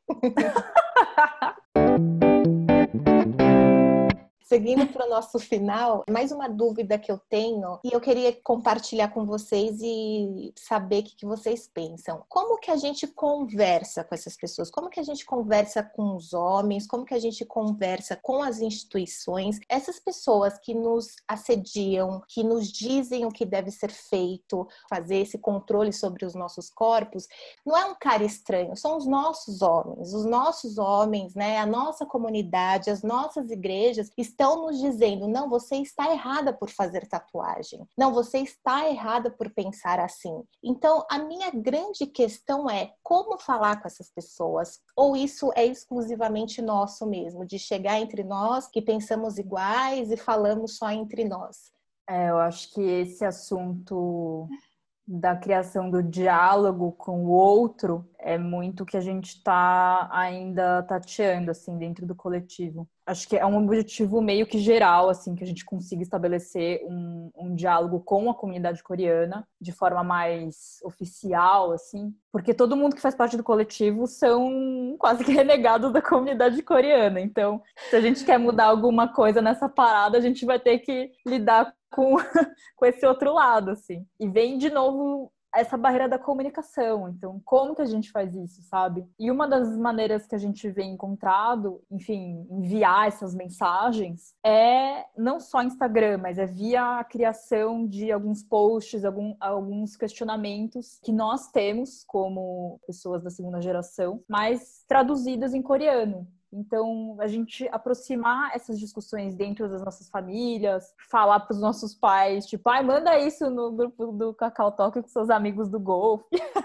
Seguindo para o nosso final, mais uma dúvida que eu tenho e eu queria compartilhar com vocês e saber o que vocês pensam. Como que a gente conversa com essas pessoas? Como que a gente conversa com os homens? Como que a gente conversa com as instituições? Essas pessoas que nos assediam, que nos dizem o que deve ser feito, fazer esse controle sobre os nossos corpos, não é um cara estranho, são os nossos homens. Os nossos homens, né? A nossa comunidade, as nossas igrejas estão nos dizendo, não, você está errada por fazer tatuagem. Não, você está errada por pensar assim. Então, a minha grande questão é como falar com essas pessoas? Ou isso é exclusivamente nosso mesmo, de chegar entre nós que pensamos iguais e falamos só entre nós? É, eu acho que esse assunto da criação do diálogo com o outro é muito que a gente está ainda tateando, assim, dentro do coletivo. Acho que é um objetivo meio que geral, assim, que a gente consiga estabelecer um, um diálogo com a comunidade coreana de forma mais oficial, assim, porque todo mundo que faz parte do coletivo são quase que renegados da comunidade coreana. Então, se a gente quer mudar alguma coisa nessa parada, a gente vai ter que lidar com, com esse outro lado, assim. E vem de novo essa barreira da comunicação. Então, como que a gente faz isso, sabe? E uma das maneiras que a gente vem encontrado, enfim, enviar essas mensagens é não só Instagram, mas é via a criação de alguns posts, algum, alguns questionamentos que nós temos como pessoas da segunda geração, mas traduzidas em coreano. Então, a gente aproximar essas discussões dentro das nossas famílias, falar para os nossos pais, tipo, ai, manda isso no grupo do Cacau Talk com seus amigos do golfe.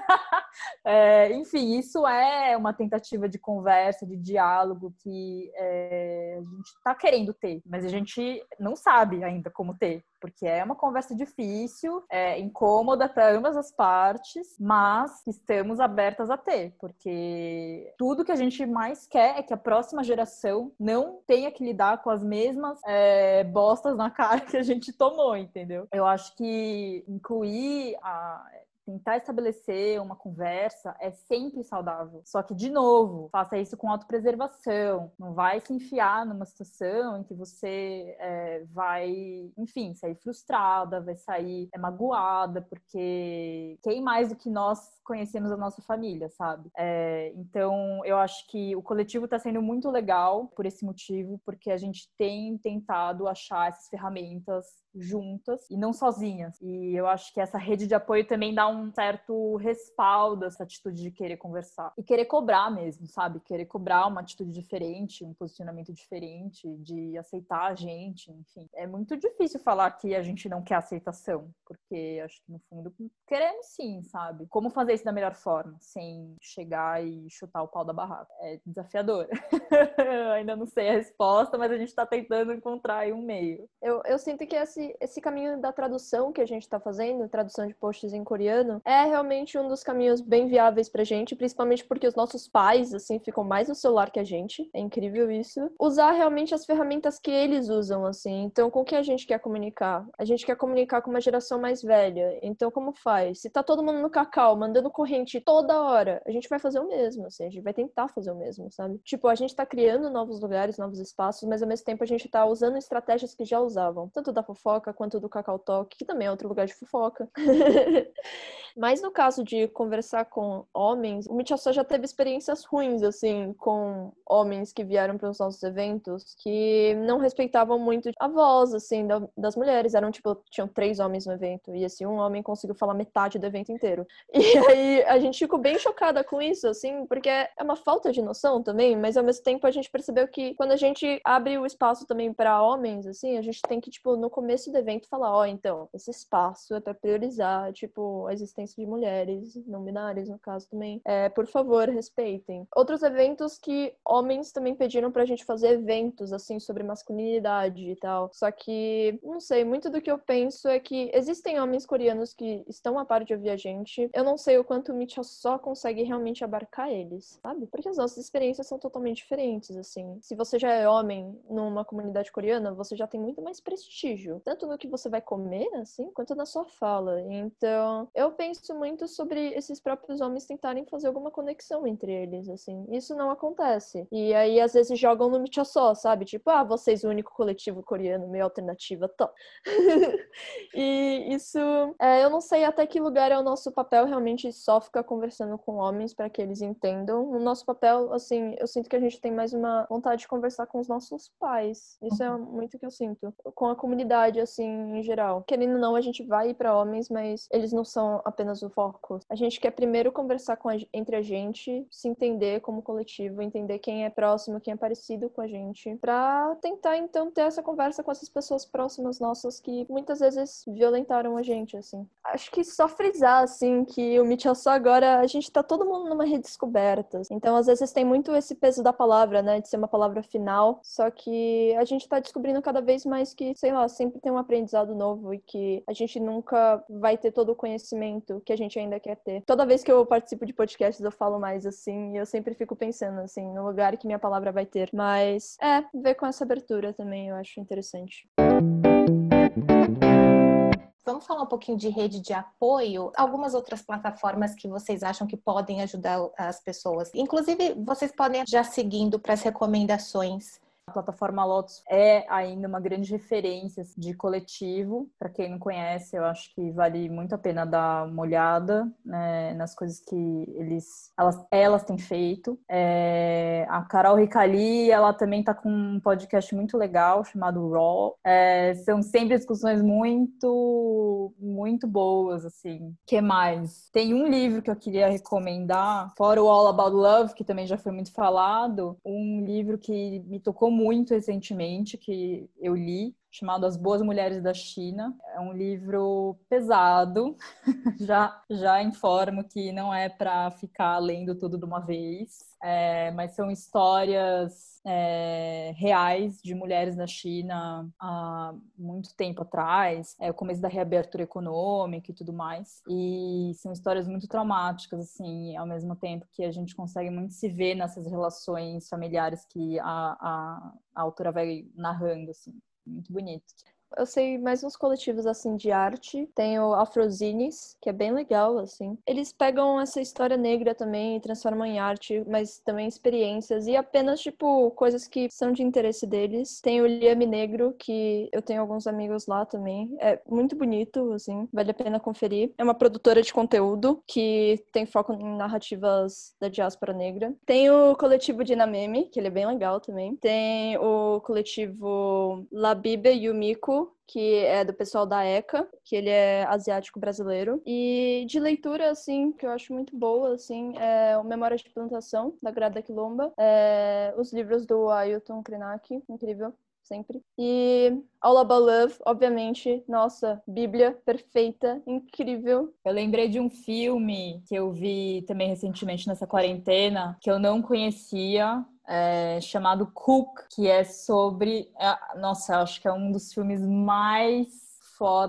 É, enfim, isso é uma tentativa de conversa, de diálogo que é, a gente está querendo ter, mas a gente não sabe ainda como ter. Porque é uma conversa difícil, é incômoda para ambas as partes, mas estamos abertas a ter, porque tudo que a gente mais quer é que a próxima geração não tenha que lidar com as mesmas é, bostas na cara que a gente tomou, entendeu? Eu acho que incluir a... tentar estabelecer uma conversa é sempre saudável. Só que, de novo, faça isso com autopreservação. Não vai se enfiar numa situação em que você é, vai, enfim, sair frustrada, vai sair é, magoada, porque quem mais do que nós conhecemos a nossa família, sabe? É, então, eu acho que o coletivo está sendo muito legal por esse motivo, porque a gente tem tentado achar essas ferramentas juntas e não sozinhas. E eu acho que essa rede de apoio também dá um certo respaldo a essa atitude de querer conversar. E querer cobrar mesmo, sabe? Querer cobrar uma atitude diferente, um posicionamento diferente, de aceitar a gente, enfim. É muito difícil falar que a gente não quer aceitação, porque acho que no fundo queremos sim, sabe? Como fazer isso da melhor forma, sem chegar e chutar o pau da barraca. É desafiador. Ainda não sei a resposta, mas a gente tá tentando encontrar aí um meio. Eu, eu sinto que esse, esse caminho da tradução que a gente tá fazendo, tradução de posts em coreano, cotidiano, é realmente um dos caminhos bem viáveis pra gente, principalmente porque os nossos pais, assim, ficam mais no celular que a gente. É incrível isso. Usar realmente as ferramentas que eles usam, assim. Então, com quem a gente quer comunicar? A gente quer comunicar com uma geração mais velha. Então, como faz? Se tá todo mundo no cacau, mandando corrente toda hora, a gente vai fazer o mesmo, assim. A gente vai tentar fazer o mesmo, sabe? Tipo, a gente tá criando novos lugares, novos espaços, mas ao mesmo tempo a gente tá usando estratégias que já usavam. Tanto da fofoca, quanto do Cacau Talk, que também é outro lugar de fofoca. Mas no caso de conversar com homens, o Mítia Só já teve experiências ruins, assim, com homens que vieram para os nossos eventos, que não respeitavam muito a voz, assim, da, das mulheres. Eram, tipo, tinham três homens no evento, e esse um homem conseguiu falar metade do evento inteiro. E aí a gente ficou bem chocada com isso, assim, porque é uma falta de noção também, mas ao mesmo tempo a gente percebeu que quando a gente abre o espaço também para homens, assim, a gente tem que, tipo, no começo do evento falar, ó, oh, então, esse espaço é para priorizar, tipo, a existência de mulheres, não binárias, no caso também. É, por favor, respeitem. Outros eventos que homens também pediram pra gente fazer eventos, assim, sobre masculinidade e tal. Só que, não sei, muito do que eu penso é que existem homens coreanos que estão a par de ouvir a gente. Eu não sei o quanto o Mítia Só consegue realmente abarcar eles, sabe? Porque as nossas experiências são totalmente diferentes, assim. Se você já é homem numa comunidade coreana, você já tem muito mais prestígio. Tanto no que você vai comer, assim, quanto na sua fala. Então, eu penso muito sobre esses próprios homens tentarem fazer alguma conexão entre eles, assim. Isso não acontece. E aí, às vezes, jogam no Mítia Só, sabe? Tipo, ah, vocês, o único coletivo coreano, meio alternativa, tó. E isso, é, eu não sei até que lugar é o nosso papel realmente só ficar conversando com homens para que eles entendam. O nosso papel, assim, eu sinto que a gente tem mais uma vontade de conversar com os nossos pais. Isso é muito o que eu sinto. Com a comunidade, assim, em geral. Querendo ou não, a gente vai ir para homens, mas eles não são apenas o foco. A gente quer primeiro conversar com a, entre a gente, se entender como coletivo, entender quem é próximo, quem é parecido com a gente, pra tentar, então, ter essa conversa com essas pessoas próximas nossas que muitas vezes violentaram a gente, assim. Acho que só frisar, assim, que o Mítia Só agora, a gente tá todo mundo numa redescoberta. Então, às vezes tem muito esse peso da palavra, né, de ser uma palavra final, só que a gente tá descobrindo cada vez mais que, sei lá, sempre tem um aprendizado novo e que a gente nunca vai ter todo o conhecimento que a gente ainda quer ter. Toda vez que eu participo de podcasts eu falo mais assim, e eu sempre fico pensando assim, no lugar que minha palavra vai ter. Mas é, ver com essa abertura também eu acho interessante. Vamos falar um pouquinho de rede de apoio, algumas outras plataformas que vocês acham que podem ajudar as pessoas. Inclusive, vocês podem já seguindo para as recomendações. A plataforma Lotus é ainda uma grande referência de coletivo. Para quem não conhece, eu acho que vale muito a pena dar uma olhada, né, nas coisas que eles, elas, elas têm feito. É, a Carol Ricali, ela também está com um podcast muito legal chamado Raw. É, são sempre discussões muito, muito boas, assim. O que mais? Tem um livro que eu queria recomendar, fora o All About Love, que também já foi muito falado, um livro que me tocou muito recentemente, que eu li, chamado As Boas Mulheres da China. É um livro pesado, já, já informo que não é para ficar lendo tudo de uma vez, é, mas são histórias é, reais de mulheres na China há muito tempo atrás, é, o começo da reabertura econômica e tudo mais, e são histórias muito traumáticas, assim, ao mesmo tempo que a gente consegue muito se ver nessas relações familiares que a, a, a autora vai narrando, assim. Muito bonito. Eu sei mais uns coletivos, assim, de arte. Tem o Afrozines, que é bem legal, assim. Eles pegam essa história negra também e transformam em arte, mas também experiências e apenas, tipo, coisas que são de interesse deles. Tem o Liame Negro, que eu tenho alguns amigos lá também. É muito bonito, assim, vale a pena conferir. É uma produtora de conteúdo que tem foco em narrativas da diáspora negra. Tem o coletivo Dinameme, que ele é bem legal também. Tem o coletivo Labibe Yumiko, que é do pessoal da E C A, que ele é asiático brasileiro. E de leitura, assim, que eu acho muito boa, assim, é o Memórias de Plantação, da Grada Quilomba, é os livros do Ailton Krenak, incrível, sempre. E All About Love, obviamente, nossa, Bíblia perfeita, incrível. Eu lembrei de um filme que eu vi também recentemente nessa quarentena, que eu não conhecia, é, chamado Cook, que é sobre... É, nossa, acho que é um dos filmes mais fodas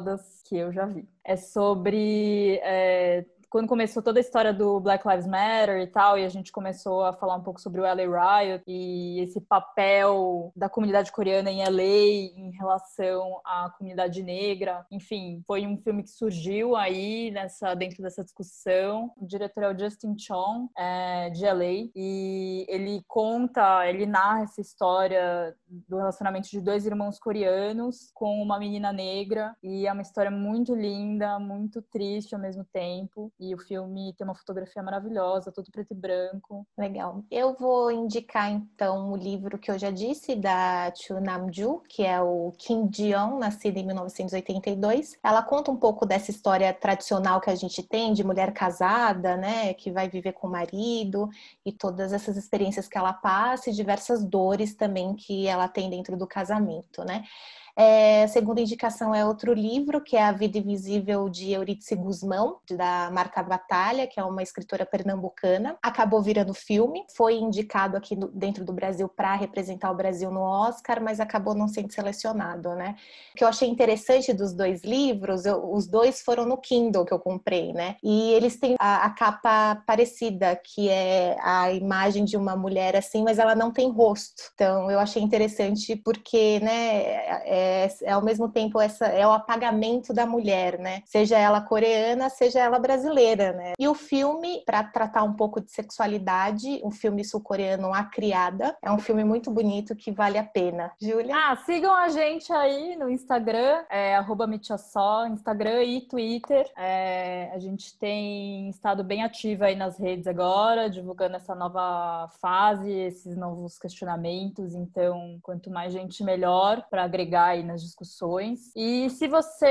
que eu já vi. É sobre... É... Quando começou toda a história do Black Lives Matter e tal, e a gente começou a falar um pouco sobre o L A Riot e esse papel da comunidade coreana em L A em relação à comunidade negra. Enfim, foi um filme que surgiu aí nessa, dentro dessa discussão. O diretor é o Justin Chong, é, de L A, e ele conta, ele narra essa história do relacionamento de dois irmãos coreanos com uma menina negra, e é uma história muito linda, muito triste ao mesmo tempo. E o filme tem uma fotografia maravilhosa, tudo preto e branco. Legal. Eu vou indicar, então, o livro que eu já disse, da Chu Nam-ju, que é o Kim Ji-yeon, nascida em mil novecentos e oitenta e dois. Ela conta um pouco dessa história tradicional que a gente tem, de mulher casada, né, que vai viver com o marido, e todas essas experiências que ela passa, e diversas dores também que ela tem dentro do casamento, né. É, a segunda indicação é outro livro, que é A Vida Invisível, de Eurídice Guzmão, da Marta Batalha, que é uma escritora pernambucana. Acabou virando filme, foi indicado aqui no, dentro do Brasil para representar o Brasil no Oscar, mas acabou não sendo selecionado, né? O que eu achei interessante dos dois livros, eu, os dois foram no Kindle que eu comprei, né? E eles têm a, a capa parecida, que é a imagem de uma mulher assim, mas ela não tem rosto. Então eu achei interessante porque, né, é, É, é ao mesmo tempo essa, é o apagamento da mulher, né? Seja ela coreana, seja ela brasileira, né? E o filme, para tratar um pouco de sexualidade, um filme sul-coreano, A Criada, é um filme muito bonito que vale a pena. Júlia? Ah, sigam a gente aí no Instagram, é, arroba Michasó, Instagram e Twitter. É, a gente tem estado bem ativa aí nas redes agora, divulgando essa nova fase, esses novos questionamentos. Então, quanto mais gente, melhor, para agregar aí nas discussões. E se você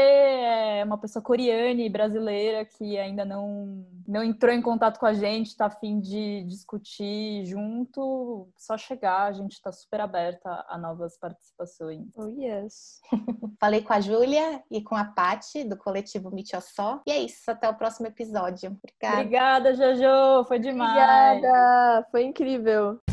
é uma pessoa coreana e brasileira que ainda não, não entrou em contato com a gente, está a fim de discutir junto, só chegar, a gente está super aberta a novas participações. Oh, yes. Falei com a Júlia e com a Paty, do coletivo Michiossó. E é isso, até o próximo episódio. Obrigada. Obrigada, Jojo, foi demais. Obrigada, foi incrível.